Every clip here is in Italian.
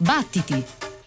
Battiti!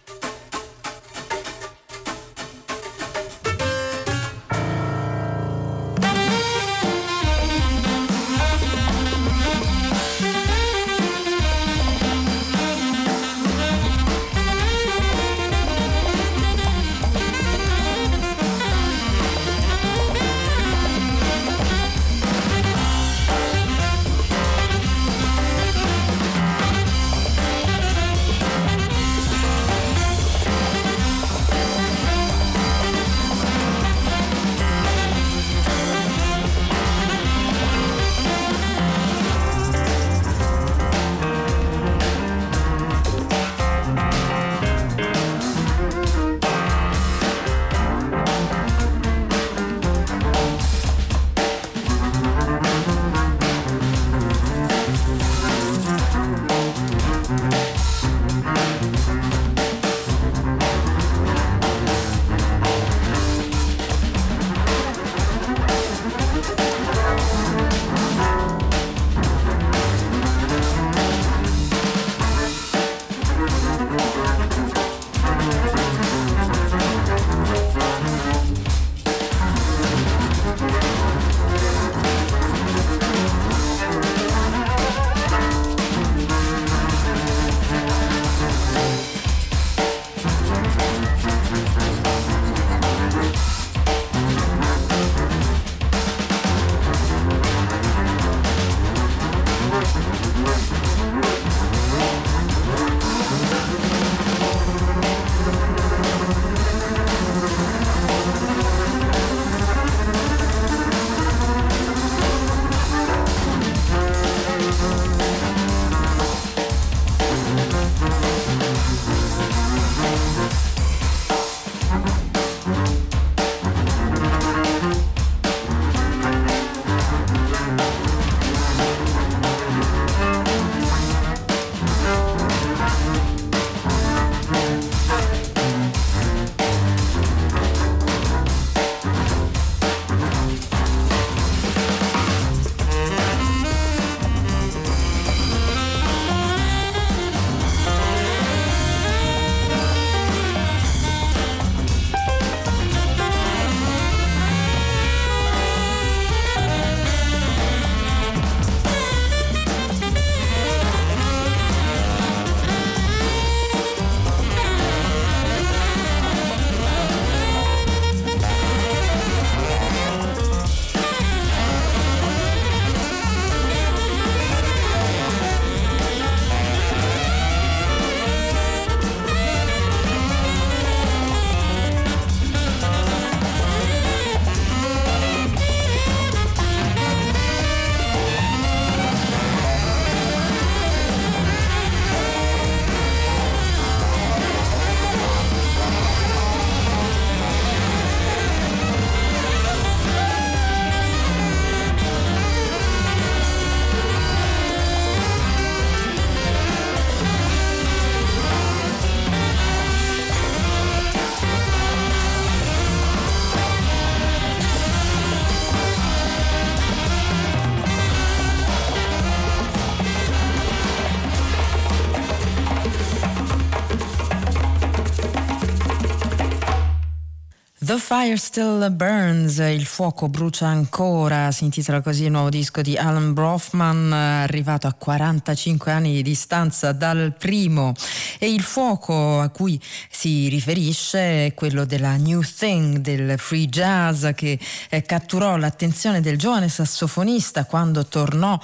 The Fire Still Burns, il fuoco brucia ancora, si intitola così il nuovo disco di Alan Brofman, arrivato a 45 anni di distanza dal primo, e il fuoco a cui si riferisce è quello della New Thing, del free jazz, che catturò l'attenzione del giovane sassofonista quando tornò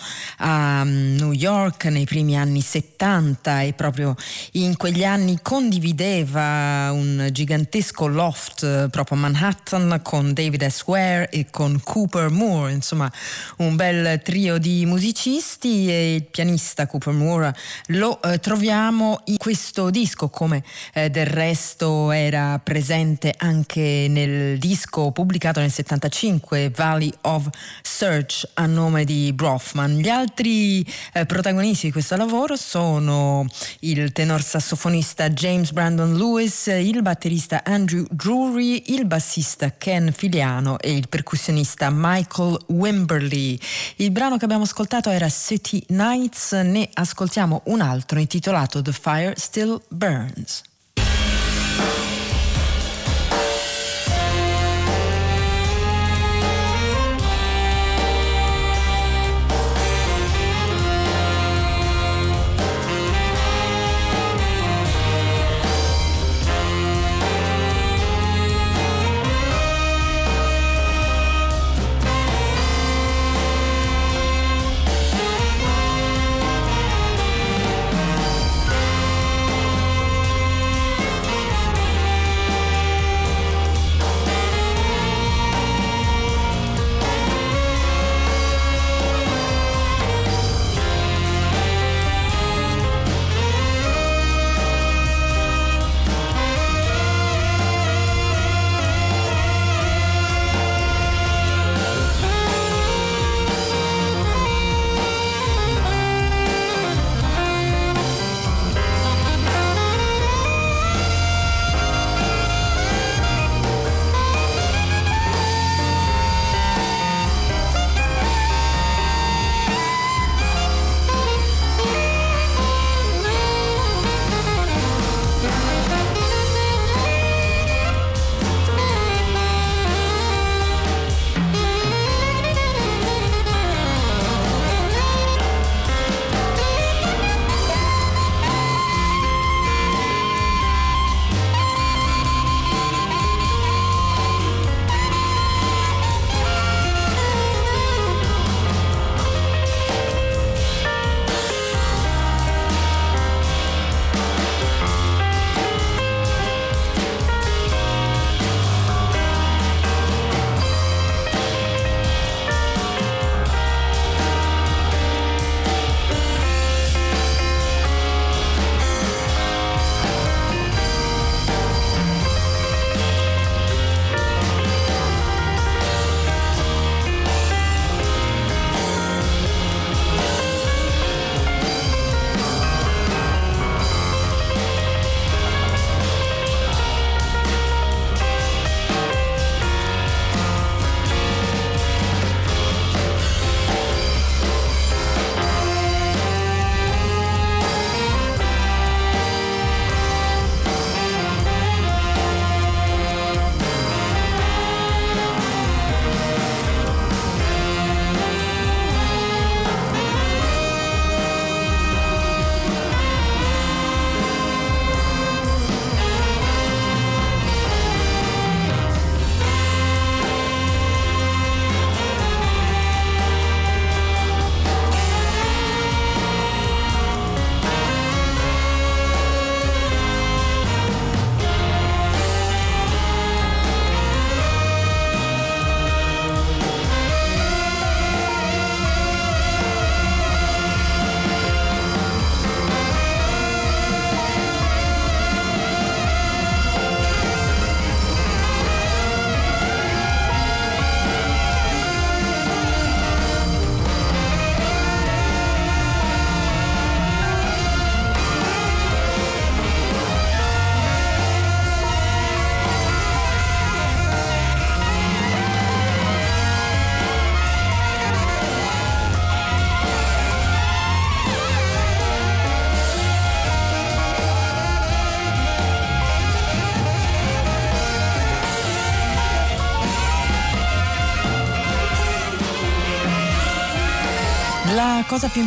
a New York nei primi anni 70, e proprio in quegli anni condivideva un gigantesco loft proprio a Manhattan con David S. Ware e con Cooper Moore, insomma un bel trio di musicisti, e il pianista Cooper Moore lo troviamo in questo disco, come del resto era presente anche nel disco pubblicato nel 75, Valley of Search, a nome di Brofman. Gli altri protagonisti di questo lavoro sono il tenor sassofonista James Brandon Lewis, il batterista Andrew Drury, il il bassista Ken Filiano e il percussionista Michael Wimberly. Il brano che abbiamo ascoltato era City Nights, ne ascoltiamo un altro intitolato The Fire Still Burns. La cosa più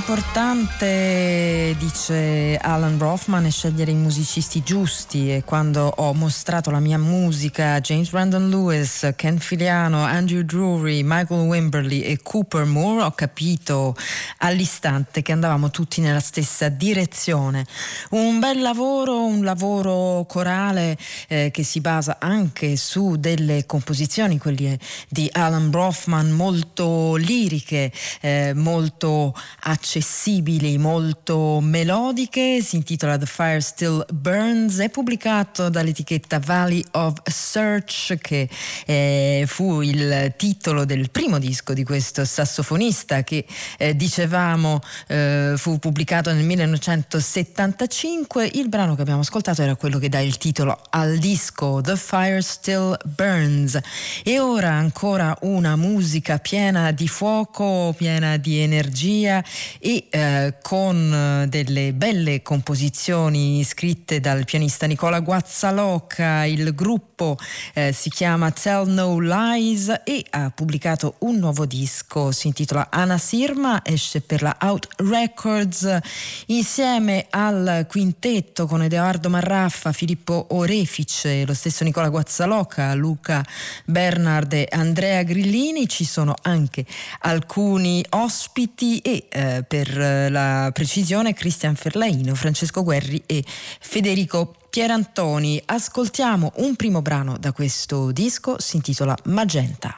importante, dice Alan Brofman, è scegliere i musicisti giusti, e quando ho mostrato la mia musica a James Brandon Lewis, Ken Filiano, Andrew Drury, Michael Wimberly e Cooper Moore, ho capito all'istante che andavamo tutti nella stessa direzione. Un bel lavoro, un lavoro corale che si basa anche su delle composizioni, quelle di Alan Brofman, molto liriche, molto molto accessibili, molto melodiche, si intitola The Fire Still Burns, è pubblicato dall'etichetta Valley of Search, che fu il titolo del primo disco di questo sassofonista che dicevamo fu pubblicato nel 1975. Il brano che abbiamo ascoltato era quello che dà il titolo al disco, The Fire Still Burns. E ora ancora una musica piena di fuoco, piena di energia e con delle belle composizioni scritte dal pianista Nicola Guazzaloca. Il gruppo si chiama Tell No Lies e ha pubblicato un nuovo disco, si intitola Ana Sirma, esce per la Out Records, insieme al quintetto con Edoardo Marraffa, Filippo Orefice, lo stesso Nicola Guazzaloca, Luca Bernard e Andrea Grillini. Ci sono anche alcuni ospiti e per la precisione Cristian Ferlaino, Francesco Guerri e Federico Pierantoni. Ascoltiamo un primo brano da questo disco, si intitola Magenta.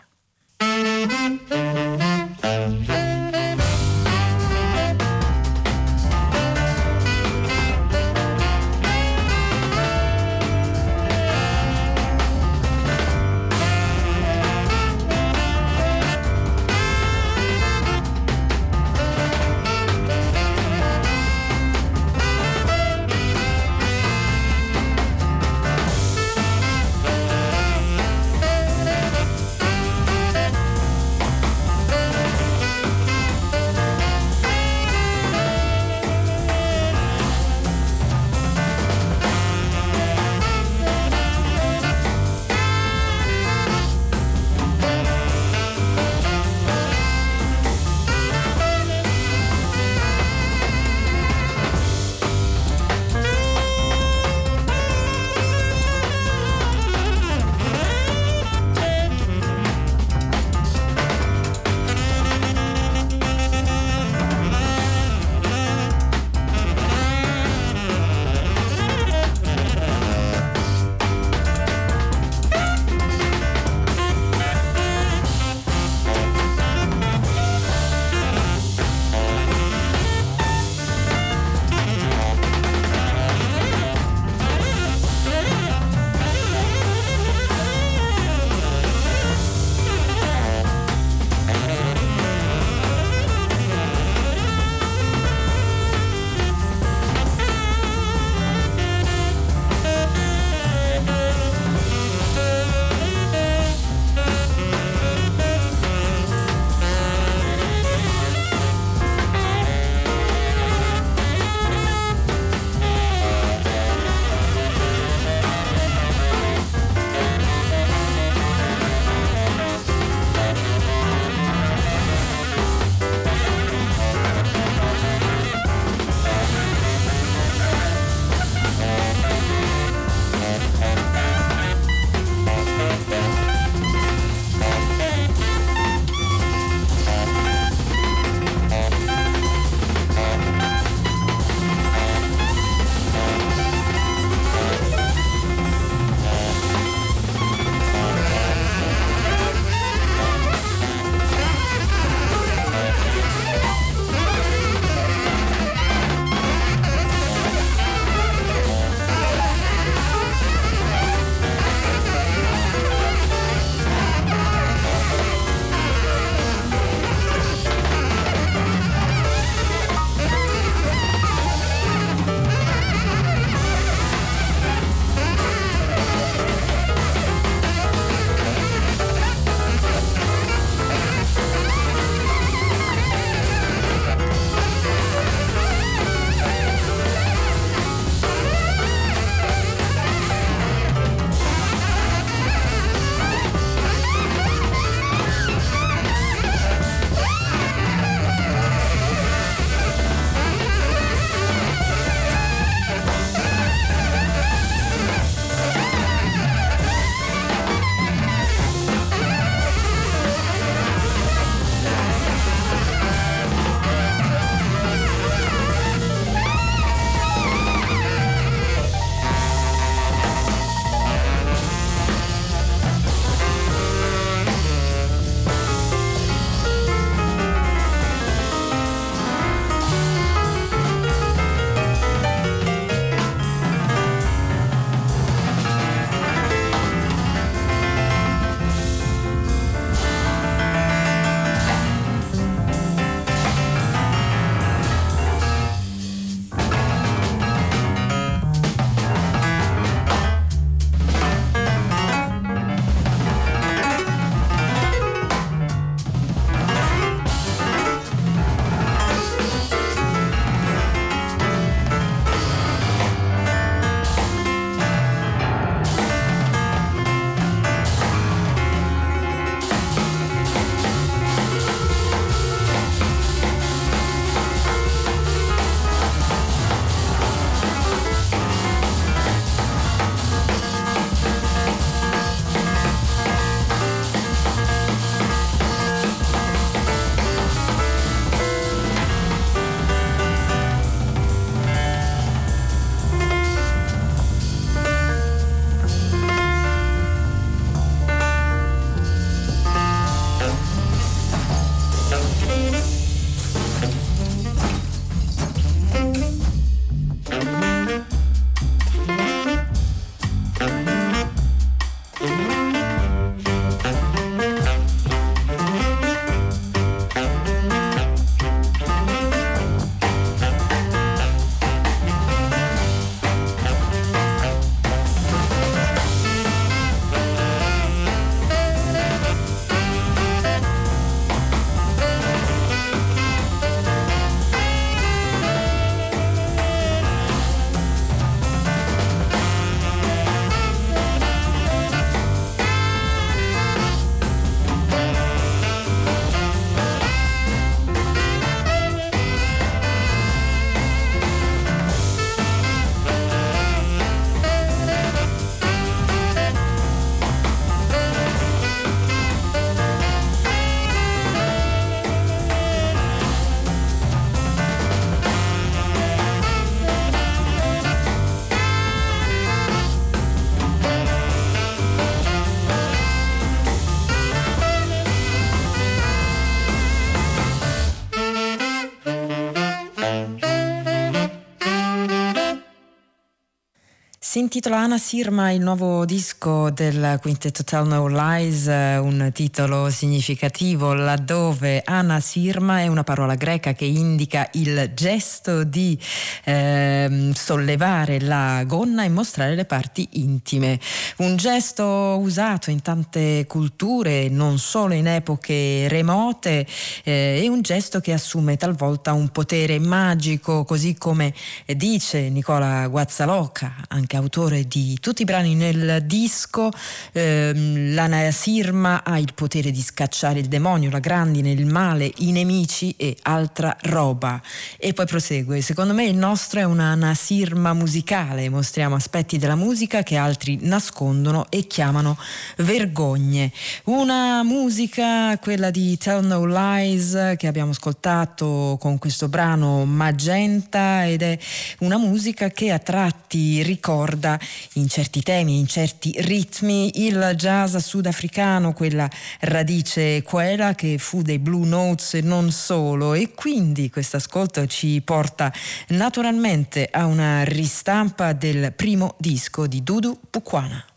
Si intitola Anna Sirma, il nuovo disco del quintetto Tell No Lies, un titolo significativo laddove Anna Sirma è una parola greca che indica il gesto di sollevare la gonna e mostrare le parti intime. Un gesto usato in tante culture, non solo in epoche remote, è un gesto che assume talvolta un potere magico, così come dice Nicola Guazzaloca, anche autore di tutti i brani nel disco. L'Anna Sirma ha il potere di scacciare il demonio, la grandine, il male, i nemici e altra roba. E poi prosegue: secondo me il nostro è una Anna Sirma musicale, mostriamo aspetti della musica che altri nascondono e chiamano vergogne. Una musica, quella di Tell No Lies, che abbiamo ascoltato con questo brano Magenta, ed è una musica che a tratti ricorda in certi temi, in certi ritmi, il jazz sudafricano, quella radice quella che fu dei Blue Notes e non solo, e quindi questo ascolto ci porta naturalmente a una ristampa del primo disco di Dudu Pukwana.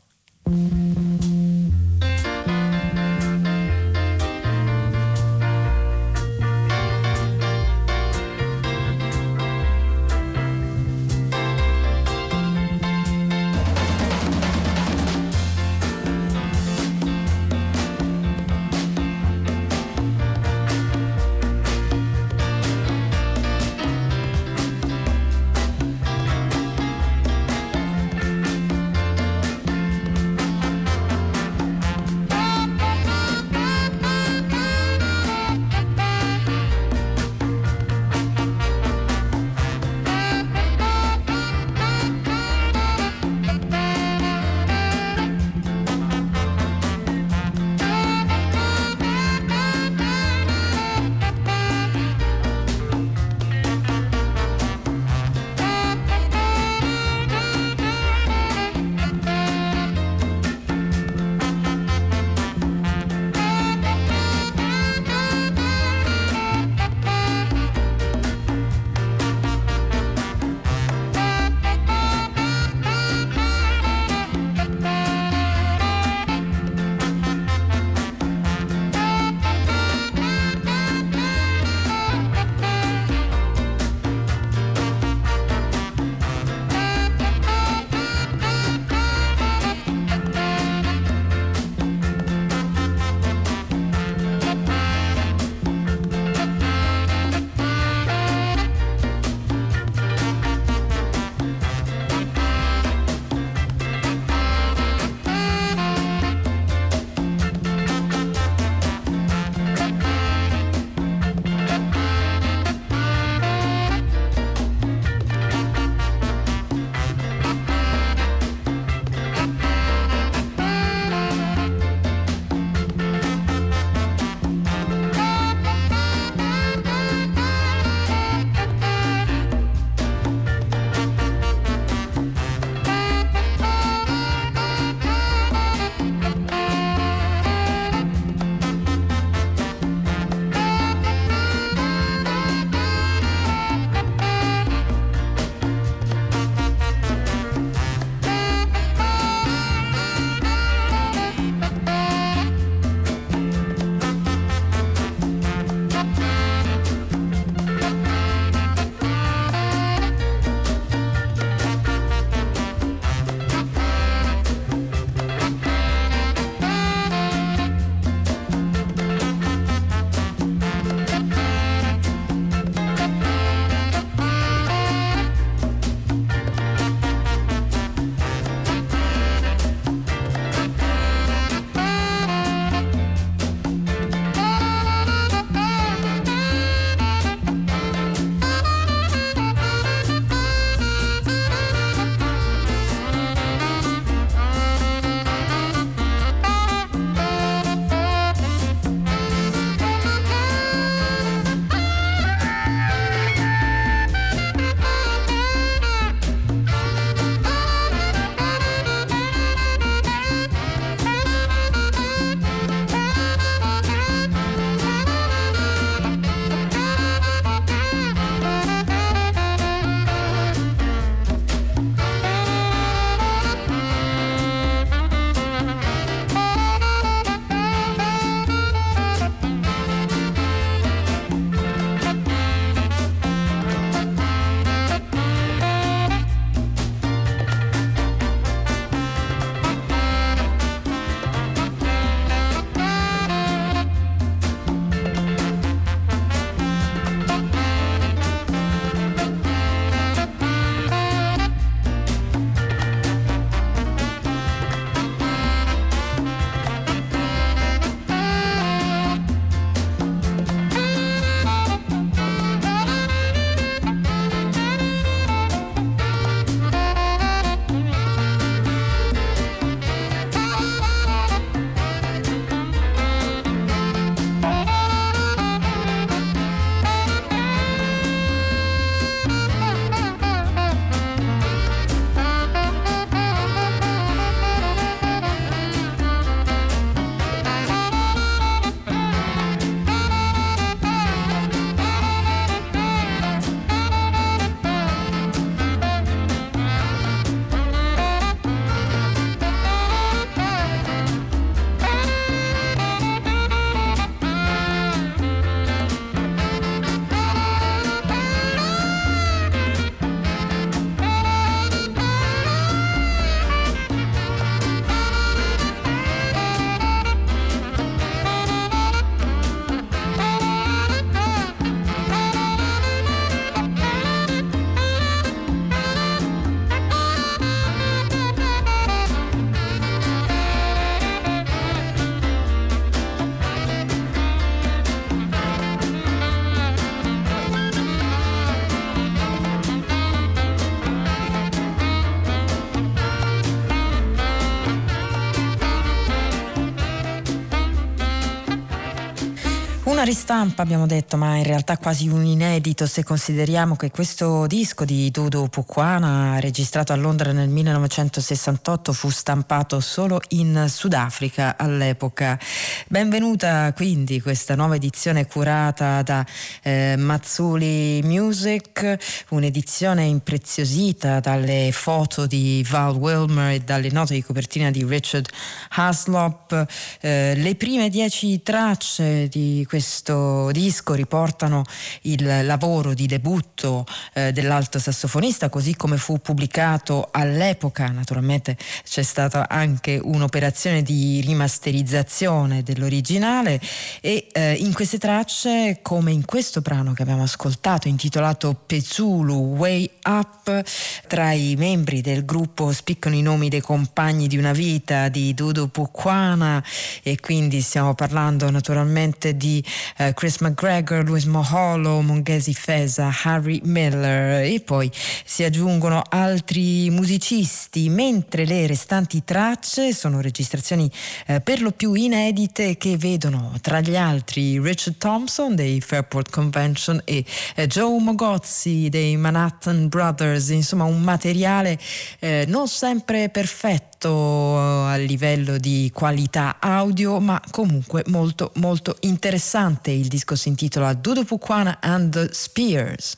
Una ristampa abbiamo detto, ma in realtà quasi un inedito se consideriamo che questo disco di Dudu Pukwana, registrato a Londra nel 1968, fu stampato solo in Sudafrica all'epoca. Benvenuta quindi questa nuova edizione curata da Mazzuli Music, un'edizione impreziosita dalle foto di Val Wilmer e dalle note di copertina di Richard Haslop. Le prime 10 tracce di questo disco riportano il lavoro di debutto dell'alto sassofonista, così come fu pubblicato all'epoca. Naturalmente c'è stata anche un'operazione di rimasterizzazione dell'originale e in queste tracce, come in questo brano che abbiamo ascoltato intitolato Pezulu Way Up, tra i membri del gruppo spiccano i nomi dei compagni di una vita di Dudu Pukwana, e quindi stiamo parlando naturalmente di Chris McGregor, Louis Moholo, Mongezi Feza, Harry Miller, e poi si aggiungono altri musicisti, mentre le restanti tracce sono registrazioni per lo più inedite che vedono tra gli altri Richard Thompson dei Fairport Convention e Joe Mogozzi dei Manhattan Brothers. Insomma, un materiale non sempre perfetto a livello di qualità audio, ma comunque molto molto interessante. Il disco si intitola Dudu Pukwana and the Spears.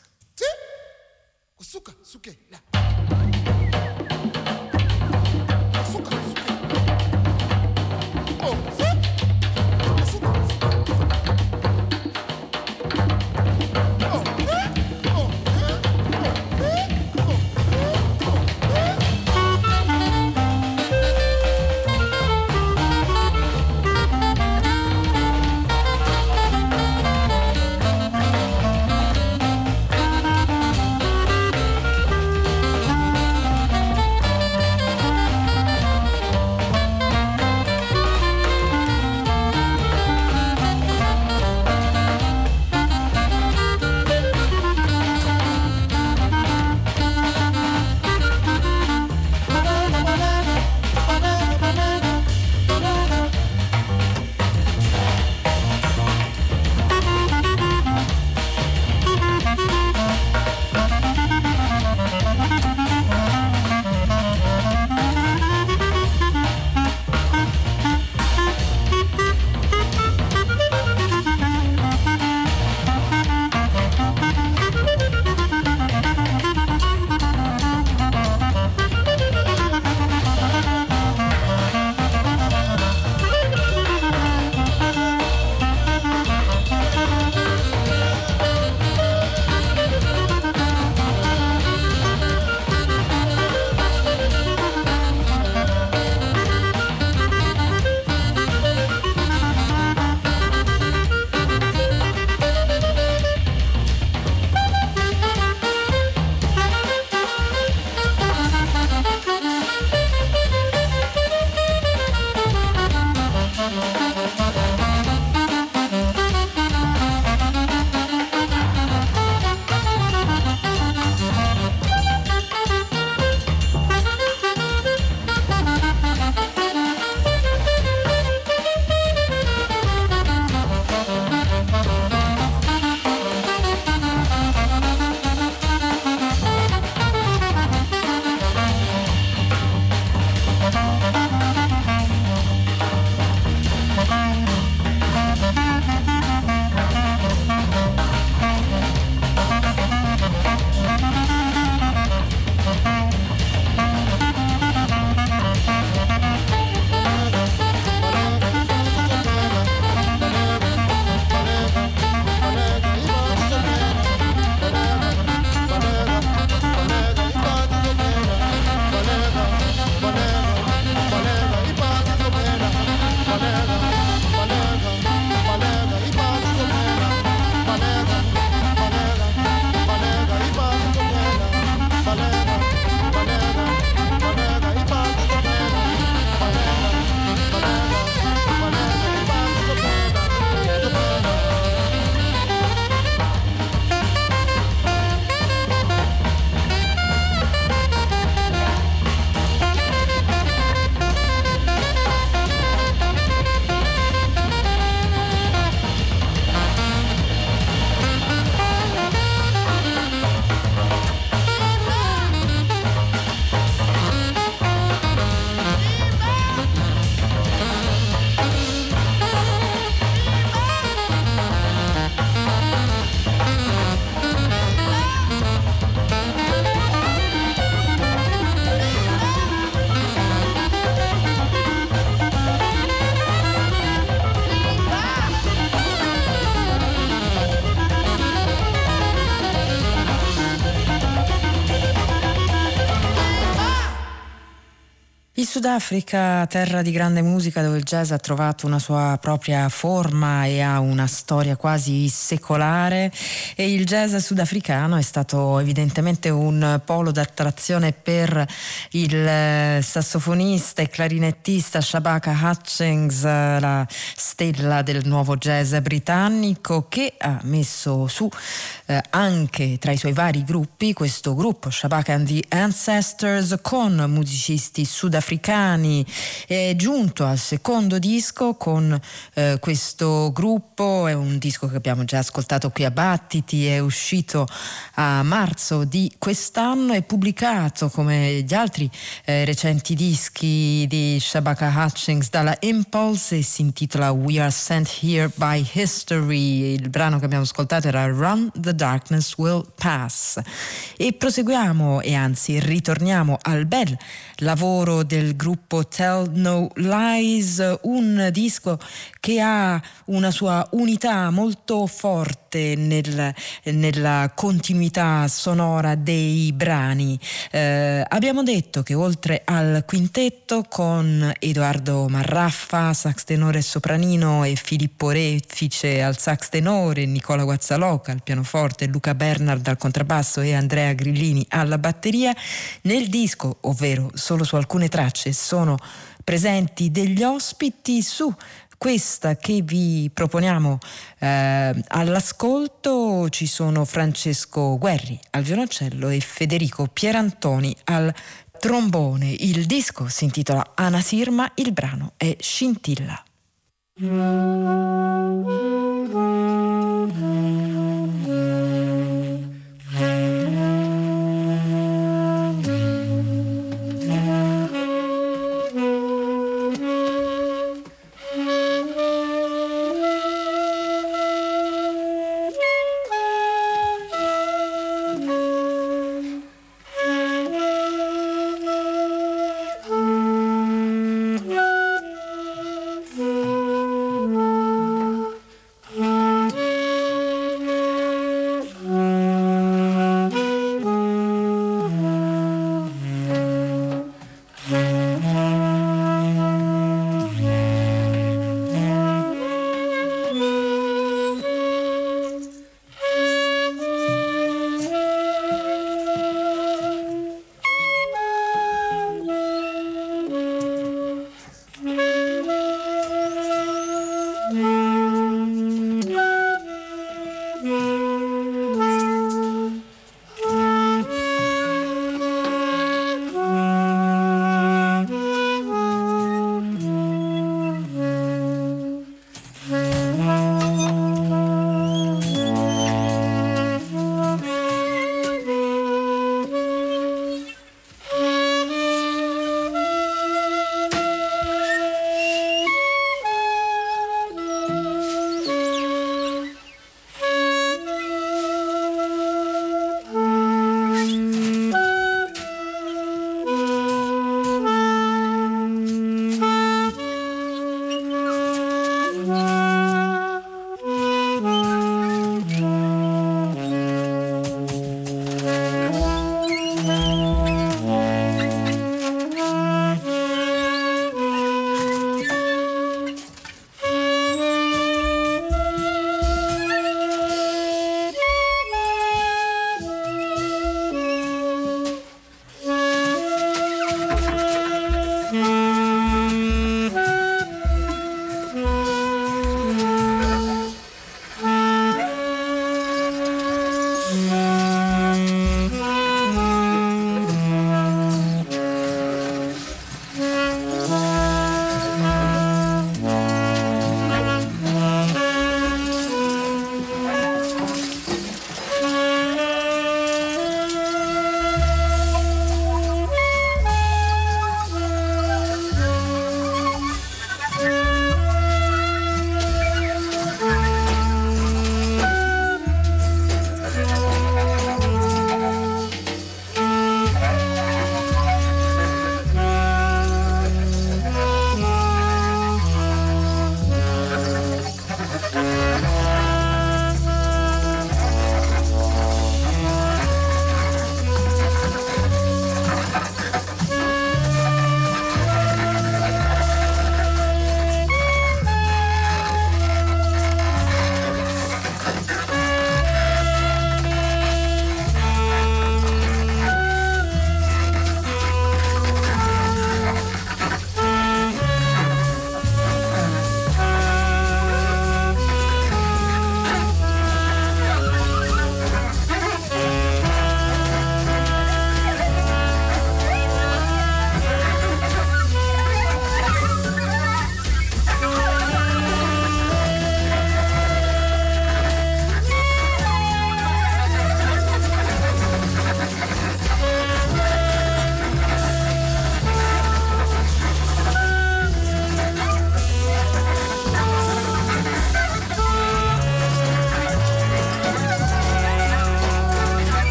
Sudafrica, terra di grande musica dove il jazz ha trovato una sua propria forma e ha una storia quasi secolare, e il jazz sudafricano è stato evidentemente un polo d'attrazione per il sassofonista e clarinettista Shabaka Hutchings, la stella del nuovo jazz britannico, che ha messo su anche tra i suoi vari gruppi questo gruppo Shabaka and the Ancestors con musicisti sudafricani. È giunto al secondo disco con questo gruppo, è un disco che abbiamo già ascoltato qui a Battiti, è uscito a marzo di quest'anno, è pubblicato come gli altri recenti dischi di Shabaka Hutchings dalla Impulse e si intitola We Are Sent Here by History. Il brano che abbiamo ascoltato era Run the Darkness Will Pass, e proseguiamo e anzi ritorniamo al bel lavoro del gruppo Tell No Lies, un disco che ha una sua unità molto forte nella continuità sonora dei brani. Abbiamo detto che oltre al quintetto con Edoardo Marraffa, sax tenore e sopranino, e Filippo Refice al sax tenore, Nicola Guazzaloca al pianoforte, Luca Bernard al contrabbasso e Andrea Grillini alla batteria, nel disco, ovvero solo su alcune tracce, sono presenti degli ospiti. Su questa che vi proponiamo all'ascolto ci sono Francesco Guerri al violoncello e Federico Pierantoni al trombone. Il disco si intitola Anasirma, il brano è Scintilla.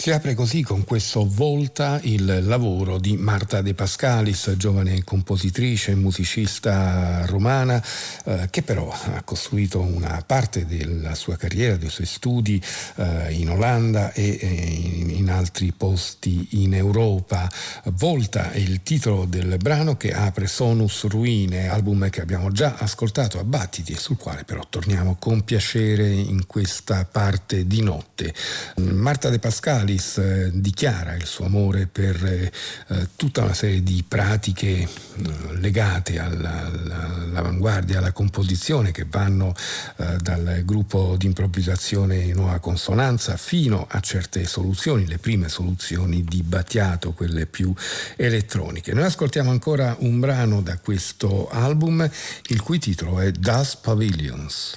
Si apre così con questo Volta il lavoro di Marta De Pascalis, giovane compositrice e musicista romana che però ha costruito una parte della sua carriera, dei suoi studi in Olanda e in altri posti in Europa. Volta è il titolo del brano che apre Sonus Ruine, album che abbiamo già ascoltato a battiti e sul quale però torniamo con piacere in questa parte di notte. Marta De Pascalis dichiara il suo amore per tutta una serie di pratiche legate all'avanguardia, alla composizione, che vanno dal gruppo di improvvisazione Nuova Consonanza fino a certe soluzioni, le prime soluzioni di Battiato, quelle più elettroniche. Noi ascoltiamo ancora un brano da questo album, il cui titolo è Das Pavilions.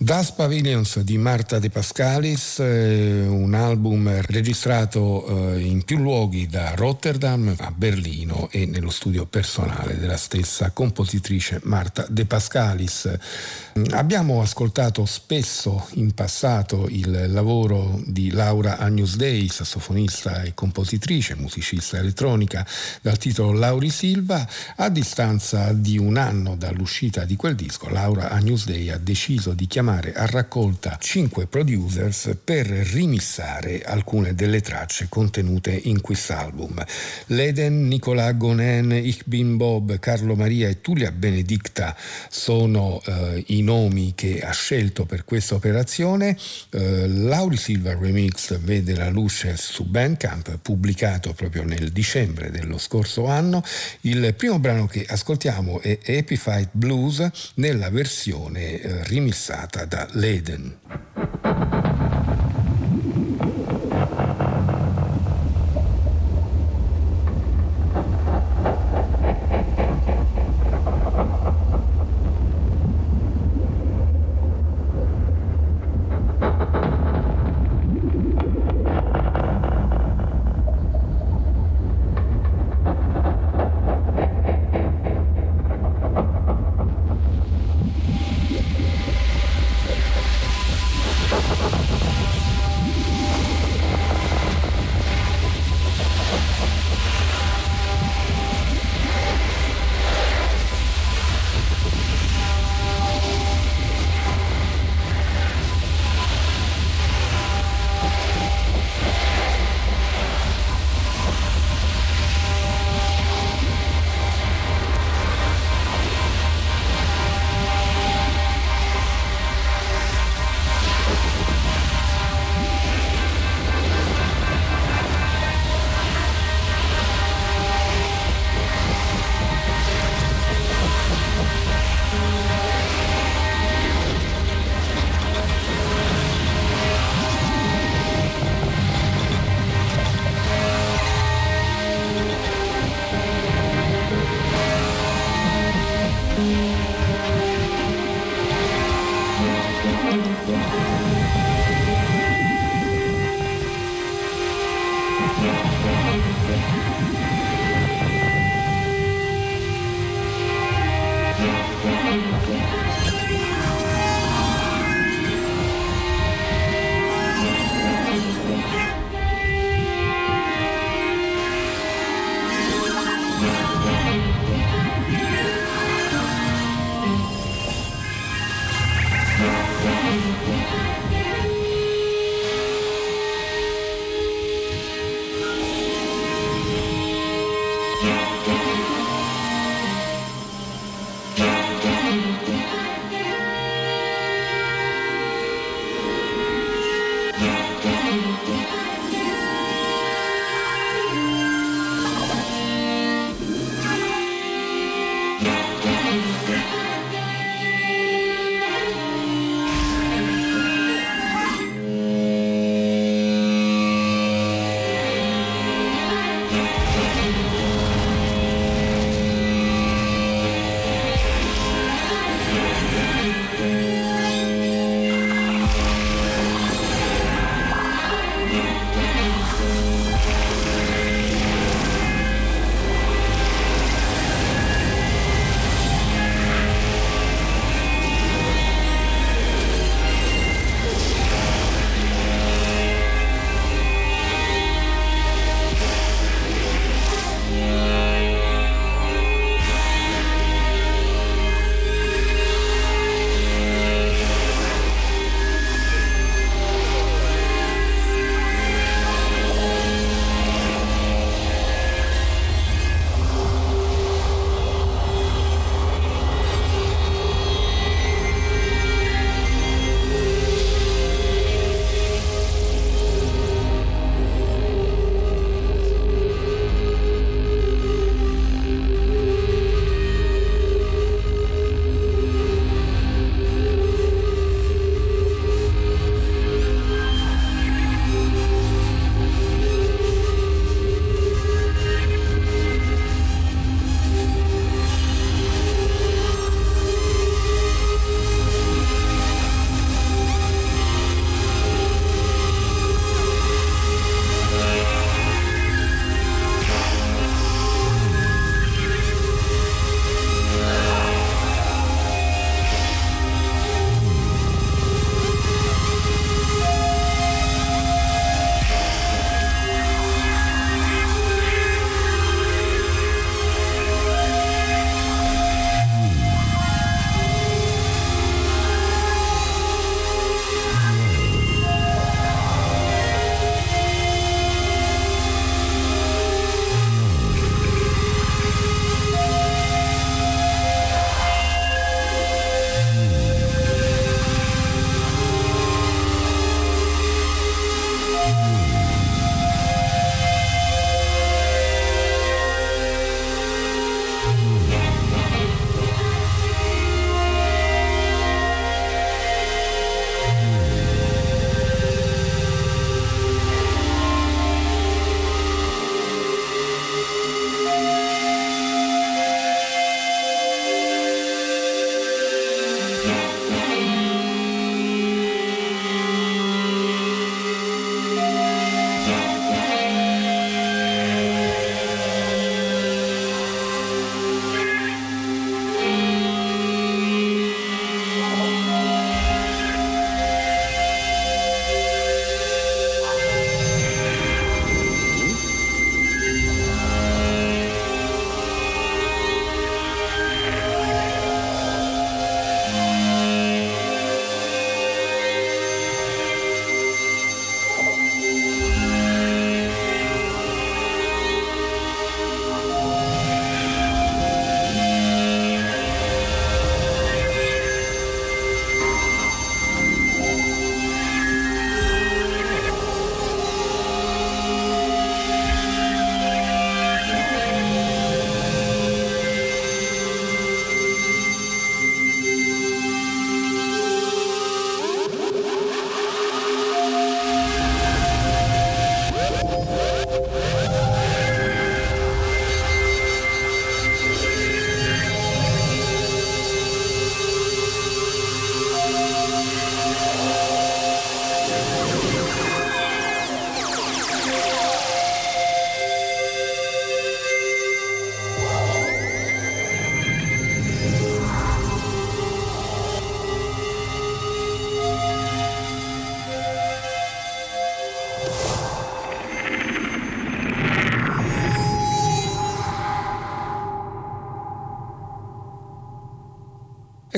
Das Pavilions di Marta De Pascalis, un album registrato in più luoghi, da Rotterdam a Berlino e nello studio personale della stessa compositrice Marta De Pascalis. Abbiamo ascoltato spesso in passato il lavoro di Laura Agnus Dei, sassofonista e compositrice, musicista elettronica, dal titolo Lauri Silva. A distanza di un anno dall'uscita di quel disco, Laura Agnus Dei ha deciso di chiamare a raccolta 5 producers per rimissare alcune delle tracce contenute in quest'album. Leden, Nicolas Gonen, Ich bin Bob, Carlo Maria e Tulia Benedicta sono i nomi che ha scelto per questa operazione. Lauri Silva Remix vede la luce su Bandcamp, pubblicato proprio nel dicembre dello scorso anno. Il primo brano che ascoltiamo è Epiphyte Blues nella versione rimissata da Leden.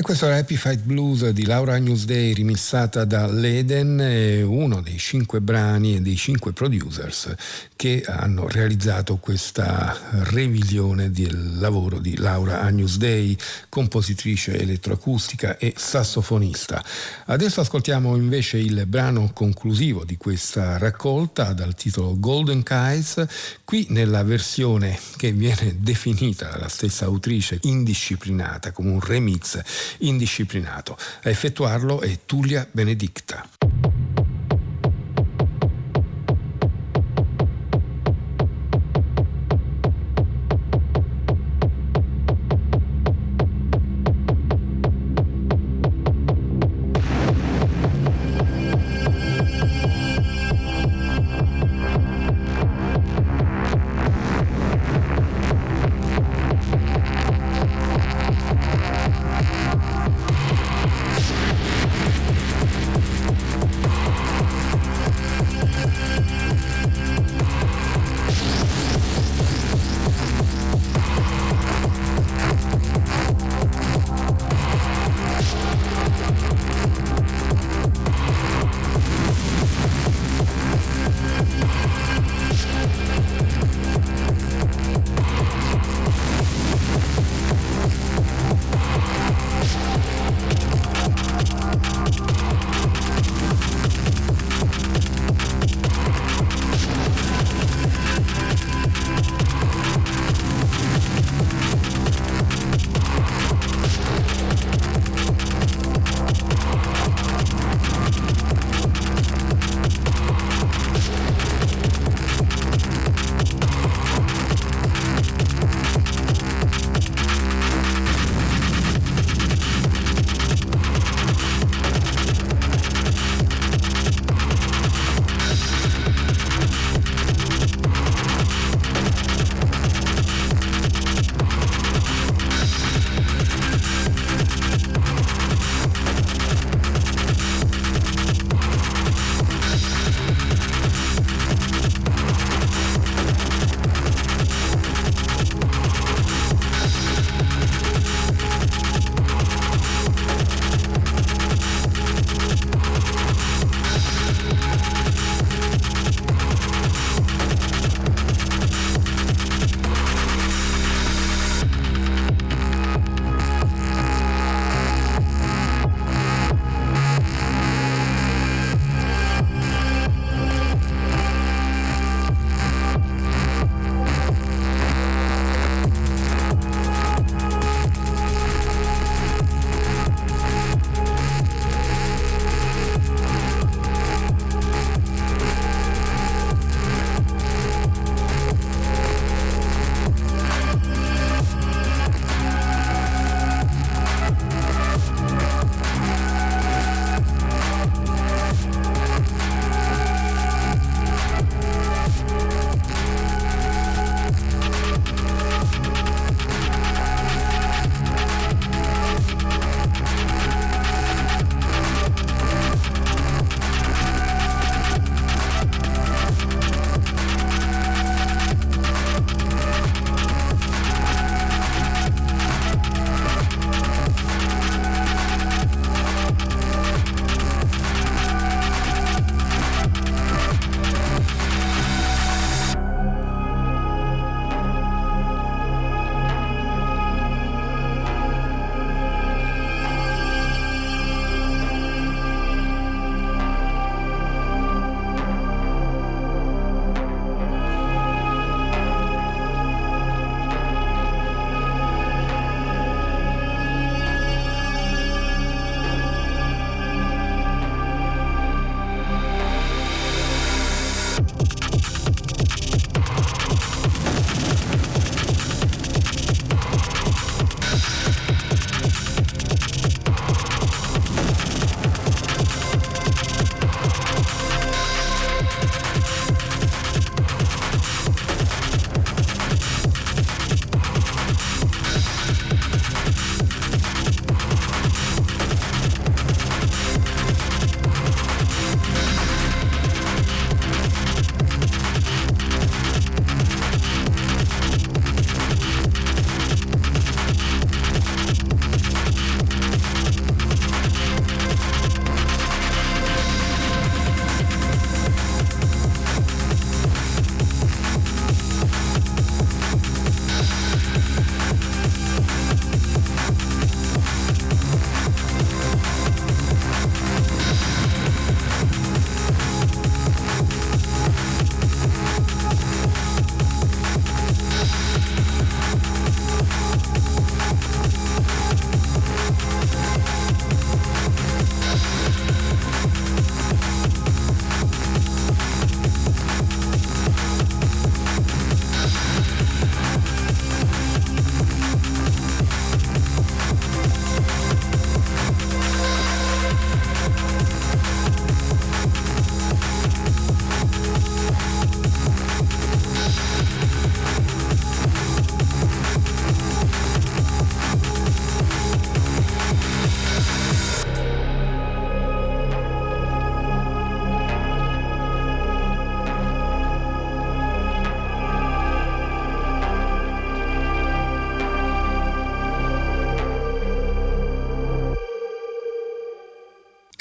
questo era Happy Fight Blues di Laura Agnus Dei, remixata da Leden, uno dei 5 brani e dei 5 producers che hanno realizzato questa revisione del lavoro di Laura Agnus Dei, compositrice elettroacustica e sassofonista. Adesso ascoltiamo invece il brano conclusivo di questa raccolta dal titolo Golden Kites, qui nella versione che viene definita dalla stessa autrice indisciplinata, come un remix indisciplinato. A effettuarlo è Tullia Benedicta.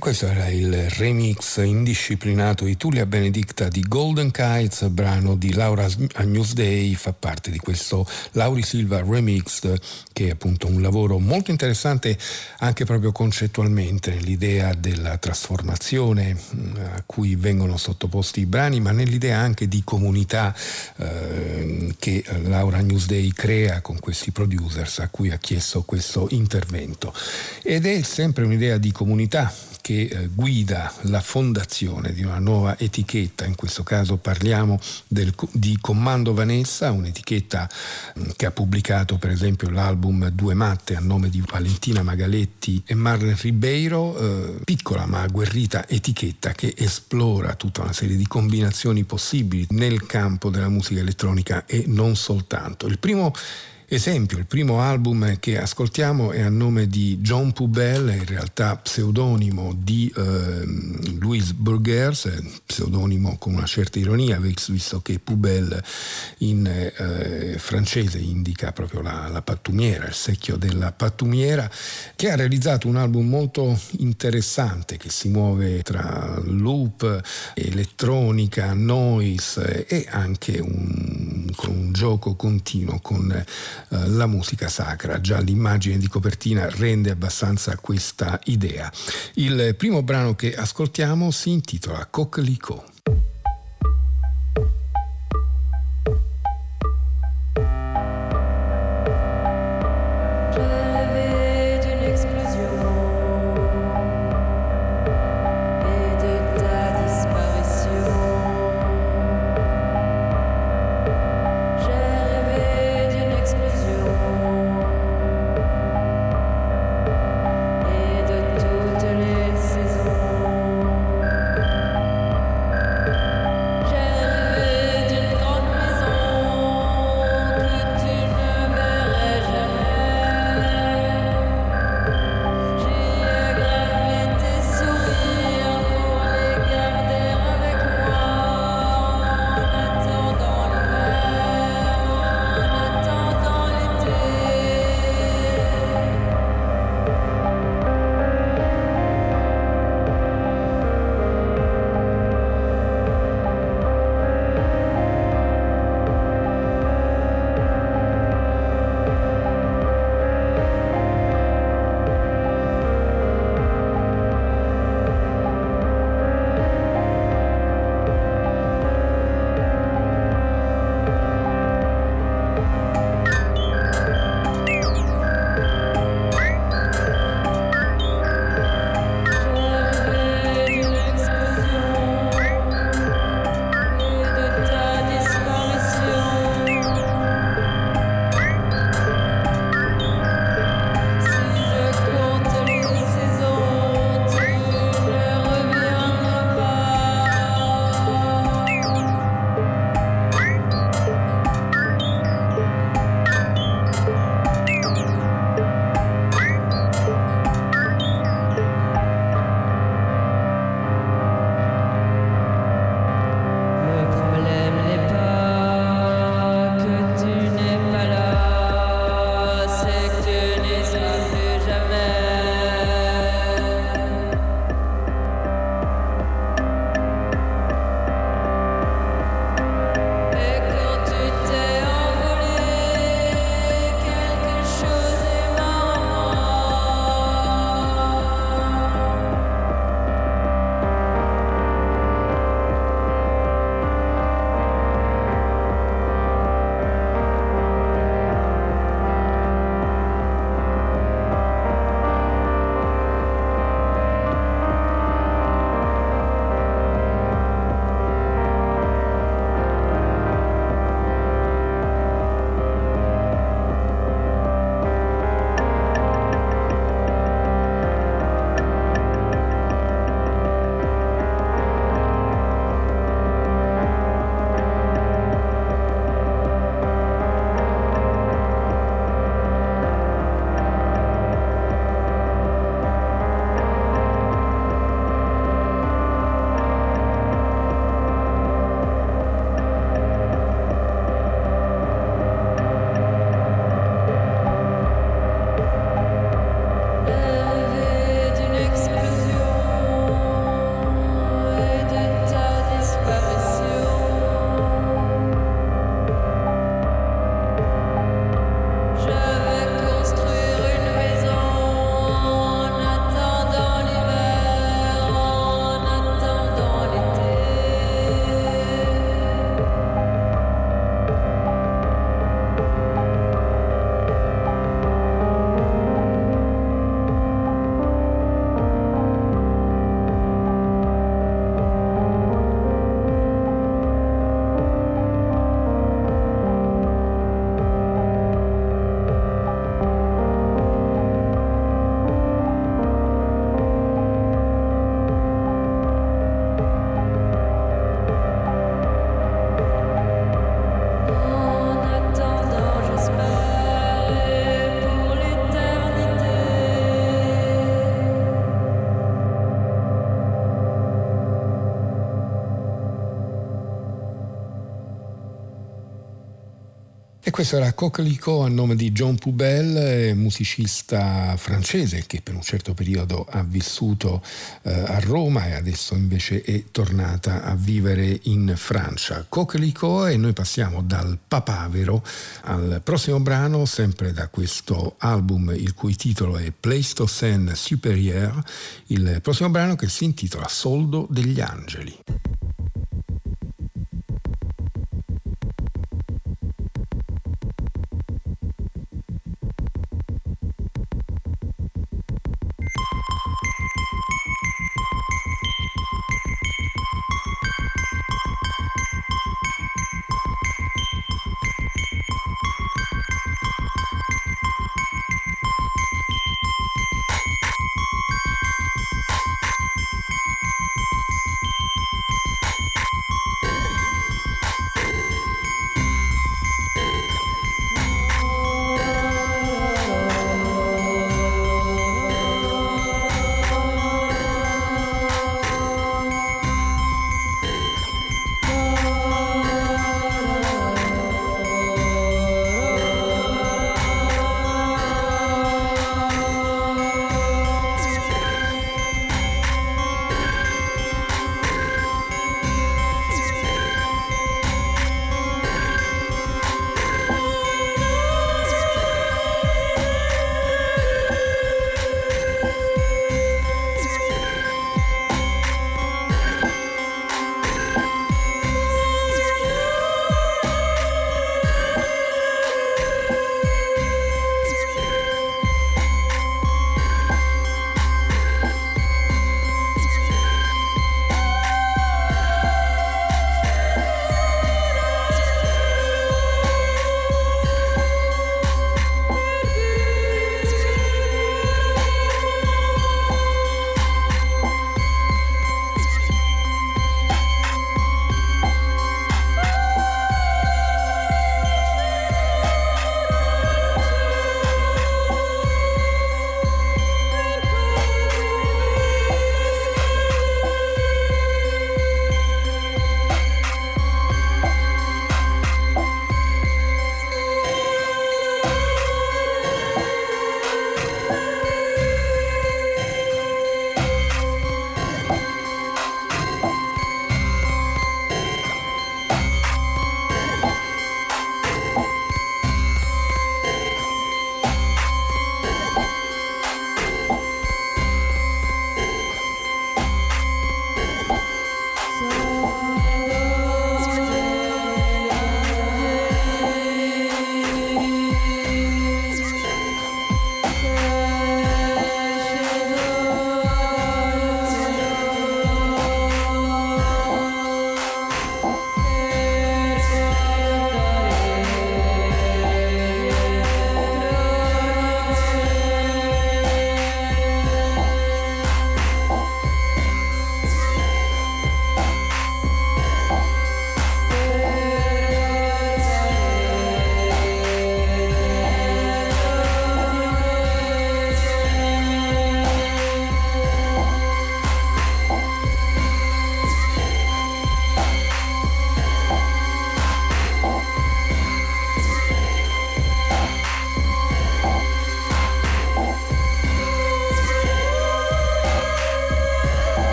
questo era il remix indisciplinato di Tullia Benedicta di Golden Kites, brano di Laura Newsday, fa parte di questo Lauri Silva Remix, che è appunto un lavoro molto interessante anche proprio concettualmente, nell'idea della trasformazione a cui vengono sottoposti i brani, ma nell'idea anche di comunità che Laura Newsday crea con questi producers a cui ha chiesto questo intervento. Ed è sempre un'idea di comunità che guida la fondazione di una nuova etichetta. In questo caso parliamo di Commando Vanessa, un'etichetta che ha pubblicato per esempio l'album Due Matte a nome di Valentina Magaletti e Marlen Ribeiro, piccola ma agguerrita etichetta che esplora tutta una serie di combinazioni possibili nel campo della musica elettronica e non soltanto. Il primo album che ascoltiamo è a nome di John Pubel, in realtà pseudonimo di Louis Burgers, pseudonimo con una certa ironia, visto che Pubel in francese indica proprio la pattumiera, il secchio della pattumiera, che ha realizzato un album molto interessante che si muove tra loop, elettronica, noise e anche con un gioco continuo con la musica sacra. Già l'immagine di copertina rende abbastanza questa idea. Il primo brano che ascoltiamo si intitola Coquelicot. Et de toutes les saisons. E questo era Coquelicot a nome di John Poubelle, musicista francese che per un certo periodo ha vissuto a Roma e adesso invece è tornata a vivere in Francia. Coquelicot, e noi passiamo dal papavero al prossimo brano, sempre da questo album il cui titolo è Pleistocène Supérieur, il prossimo brano che si intitola Soldo degli Angeli.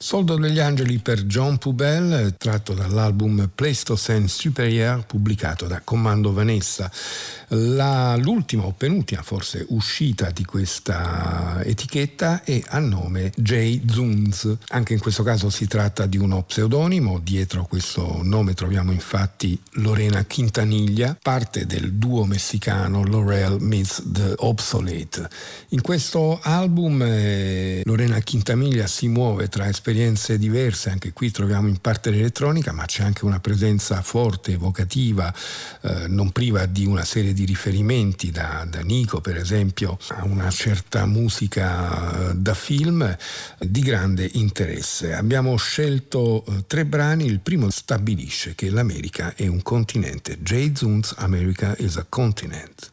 Soldo degli angeli per John Poubelle, tratto dall'album Pleistocène Supérieur pubblicato da Commando Vanessa. L'ultima o penultima forse uscita di questa etichetta è a nome Jay Zunz. Anche in questo caso si tratta di uno pseudonimo, dietro questo nome troviamo infatti Lorena Quintanilla, parte del duo messicano Laurel meets the Obsolete. In questo album Lorena Quintanilla si muove tra esperienze diverse, anche qui troviamo in parte l'elettronica, ma c'è anche una presenza forte, evocativa, non priva di una serie di riferimenti da Nico per esempio a una certa musica da film di grande interesse. Abbiamo scelto 3 brani, il primo stabilisce che l'America è un continente. Jay Zunz, America is a Continent.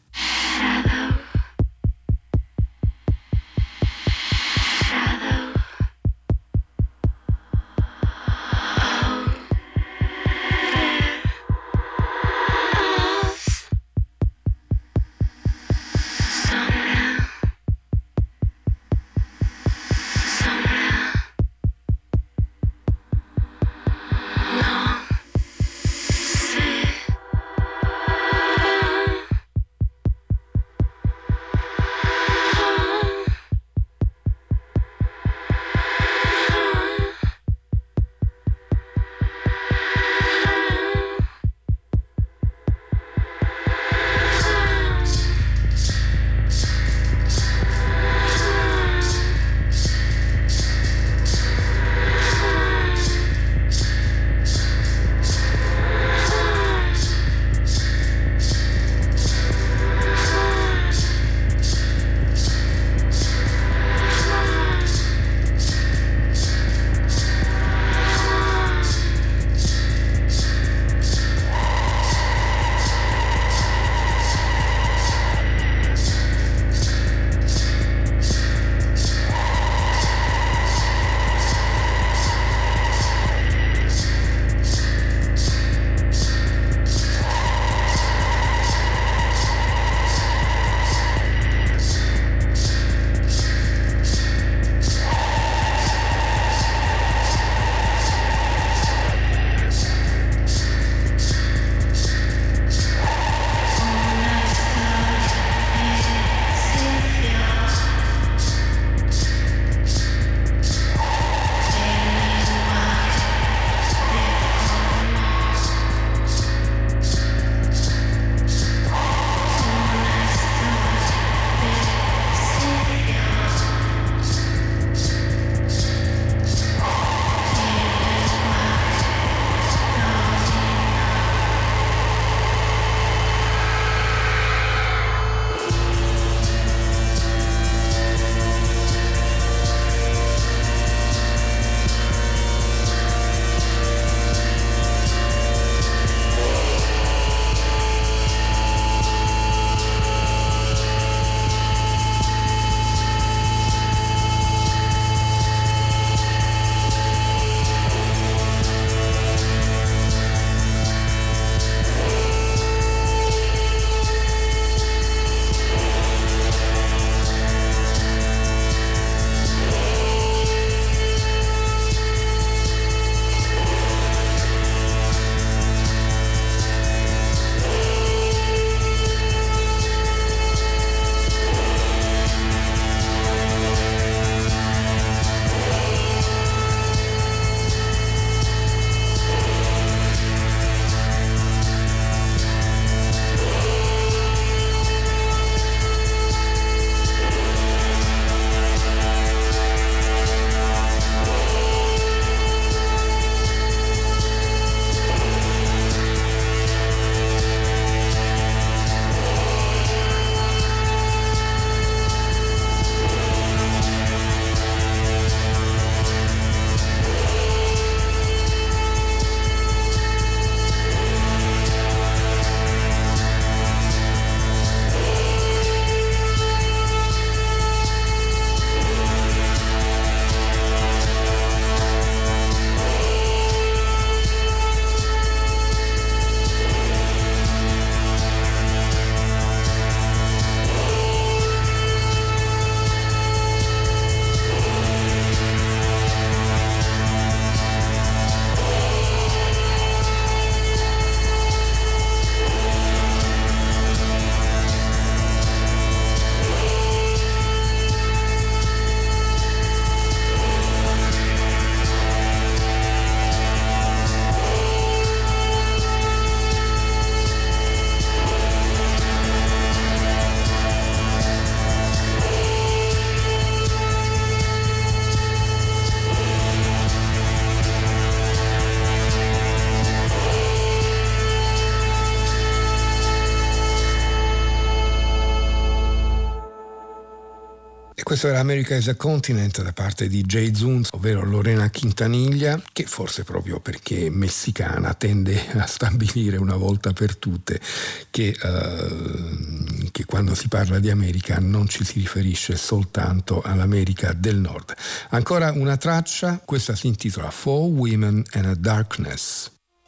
Questo era America is a Continent da parte di Jay Zuns, ovvero Lorena Quintanilla, che forse proprio perché messicana tende a stabilire una volta per tutte che quando si parla di America non ci si riferisce soltanto all'America del Nord. Ancora una traccia, questa si intitola Four Women and a Darkness.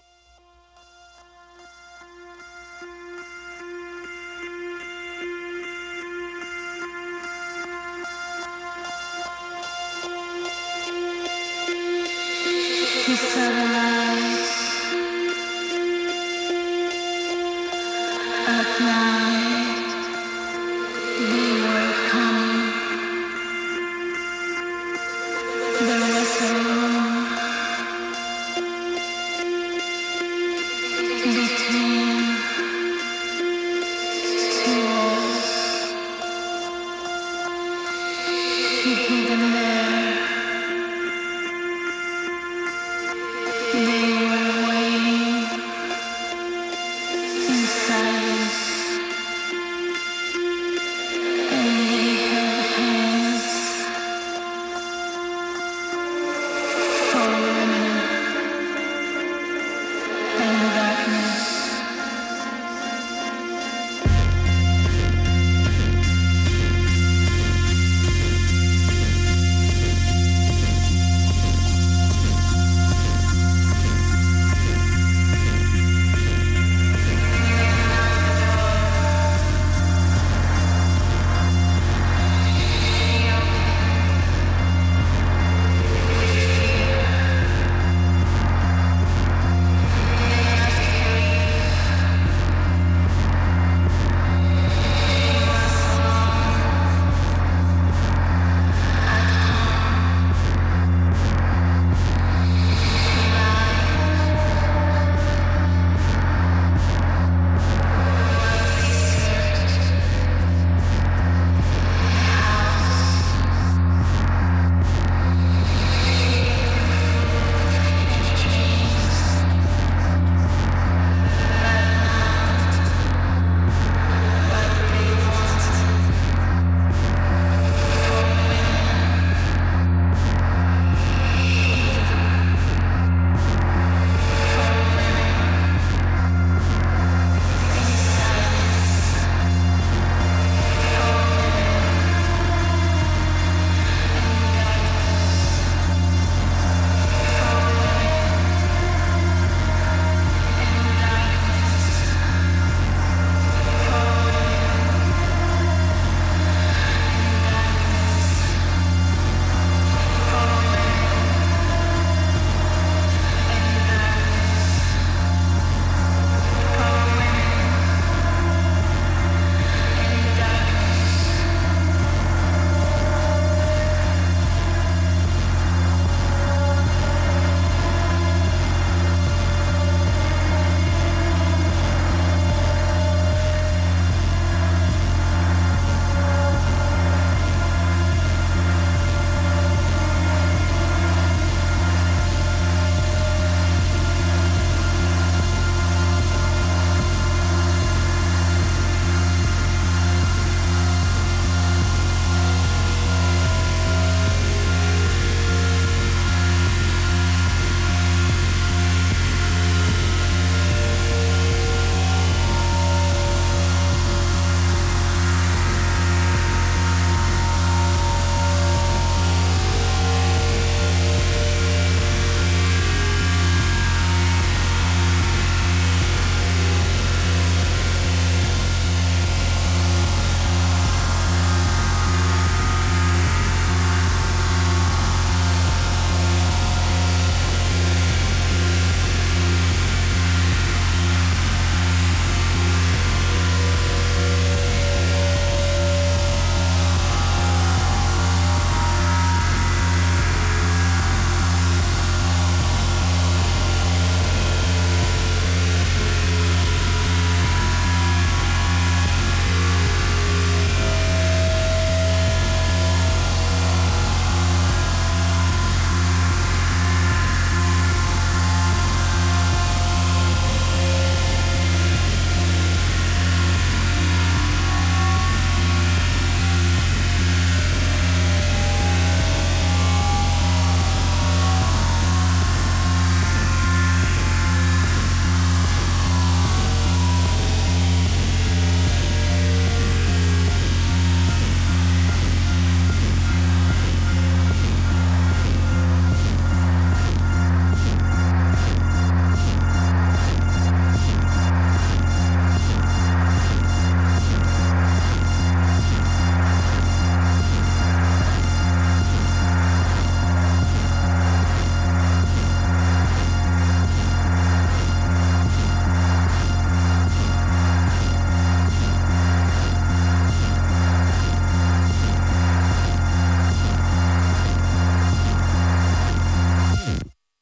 At night, they were coming. There was a room between two walls. He hid them there. They were waiting in silence.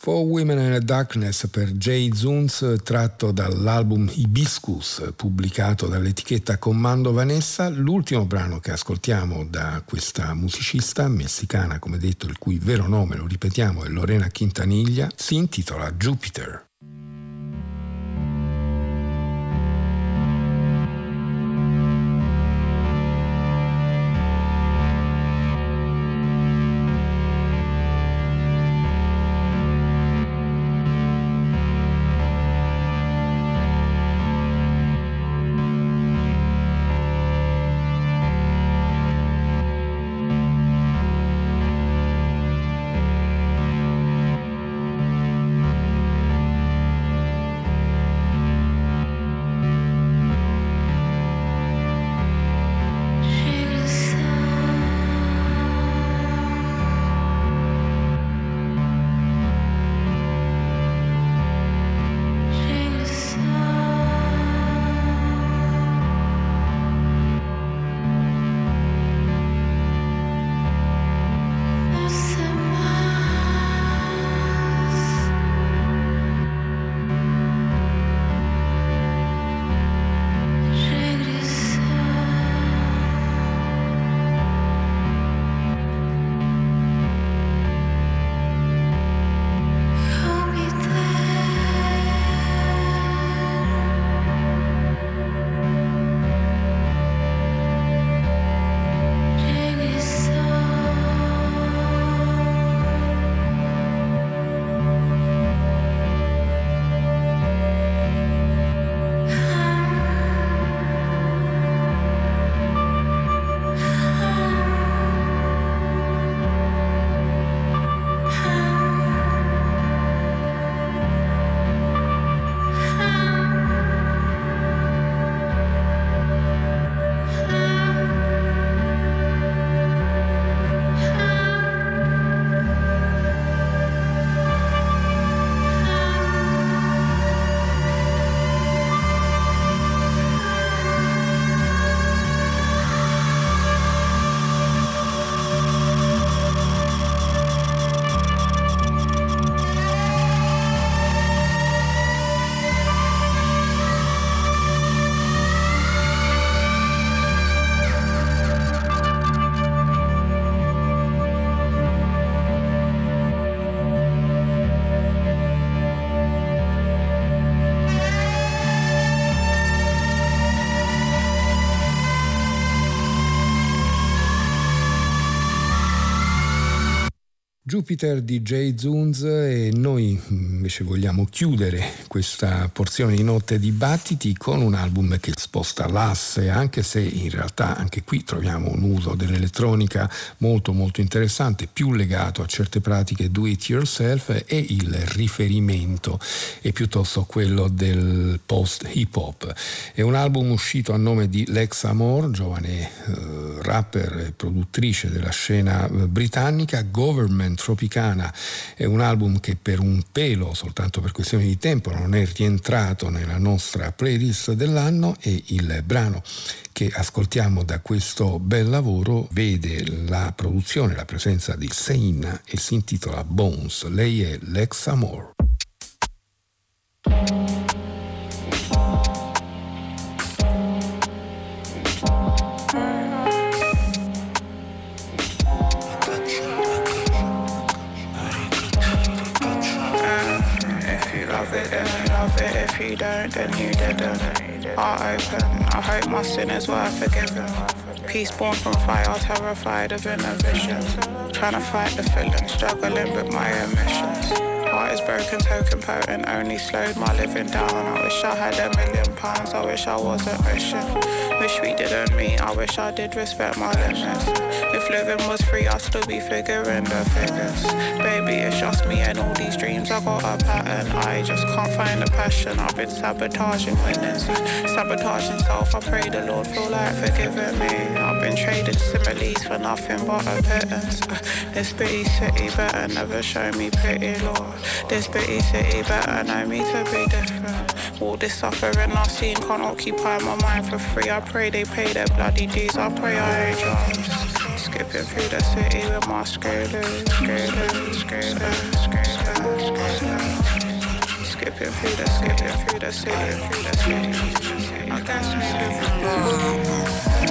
For Women in the Darkness per Jay Zuns, tratto dall'album Hibiscus pubblicato dall'etichetta Commando Vanessa. L'ultimo brano che ascoltiamo da questa musicista messicana, come detto, il cui vero nome, lo ripetiamo, è Lorena Quintanilla, si intitola Jupiter. Jupiter di Jay Zuns, e noi invece vogliamo chiudere questa porzione di Notte Dibattiti con un album che sposta l'asse, anche se in realtà anche qui troviamo un uso dell'elettronica molto molto interessante, più legato a certe pratiche do it yourself, e il riferimento è piuttosto quello del post hip hop. È un album uscito a nome di Lex Amor, giovane rapper e produttrice della scena britannica. Government Tropicana è un album che per un pelo, soltanto per questioni di tempo, non è rientrato nella nostra playlist dell'anno, e il brano che ascoltiamo da questo bel lavoro vede la produzione, la presenza di Sane e si intitola Bones. Lei è Lex Amor. If you don't, then you didn't. Heart open, I hope my sinners were forgiven. Peace born from fire, terrified of inhibitions. Trying to fight the feeling, struggling with my emissions. Heart is broken, token potent, only slowed my living down. I wish I had £1 million, I wish I wasn't wishing. Wish we didn't meet, I wish I did respect my limits. If living was free, I'd still be figuring the figures. Baby, it's just me and all these dreams, I got a pattern. I just can't find the passion, I've been sabotaging winnings. Sabotaging self, I pray the Lord feel like forgiving me. I've been trading similes for nothing but a pittance. This bitty city better never show me pity, Lord. This bitty city better know me to be different. All this suffering I've seen can't occupy my mind for free. I pray they pay their bloody dues, I pray I age jobs. Skipping through the city with my screw loose, screw loose, screw loose, screw loose. Skipping through the city. I guess maybe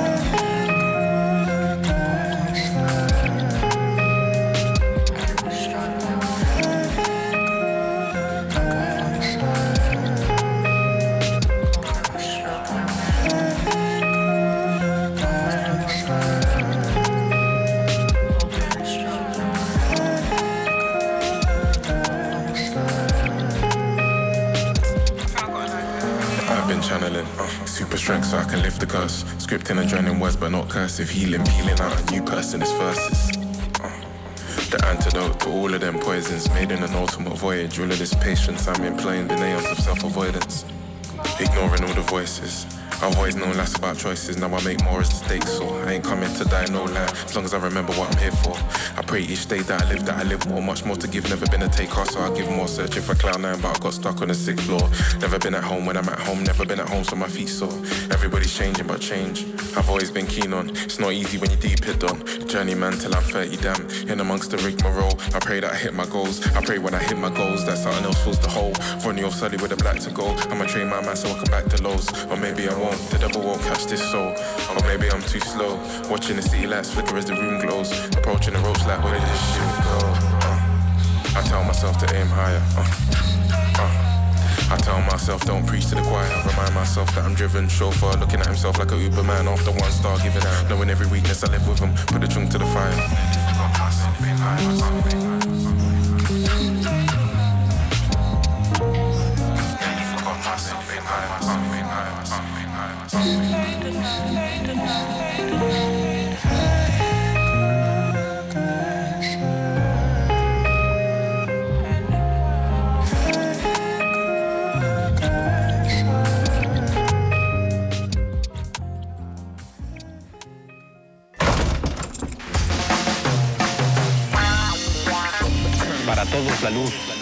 channeling, super strength so I can lift the curse. Scripting and drowning words but not cursive. Healing, peeling out a new person, it's verses. The antidote to all of them poisons. Made in an ultimate voyage. All of this patience I'm employing the nails of self-avoidance. Ignoring all the voices. I've always known less about choices. Now I make more as the stakes, so I ain't coming to die, no lie. As long as I remember what I'm here for. I pray each day that I live more. Much more to give, never been a taker, so I give more. Searching for cloud nine, but I got stuck on the 6th floor. Never been at home when I'm at home. Never been at home, so my feet sore. Everybody's changing, but change I've always been keen on. It's not easy when you're deep hit on. Journeyman till I'm 30, damn. In amongst the rigmarole, I pray that I hit my goals. I pray when I hit my goals that something else fills the hole. Ronnie or Sully with a black to go. I'ma train my man so I can back the lows. Or maybe I won't, the devil won't catch this soul. Or maybe I'm too slow. Watching the city lights flicker as the room glows. Approaching the ropes like where did this shit go? I tell myself to aim higher. I tell myself don't preach to the choir. Remind myself that I'm driven. Chauffeur looking at himself like a Uberman. After 1 star giving out. Knowing every weakness I live with him. Put the trunk to the fire. Para todos la luz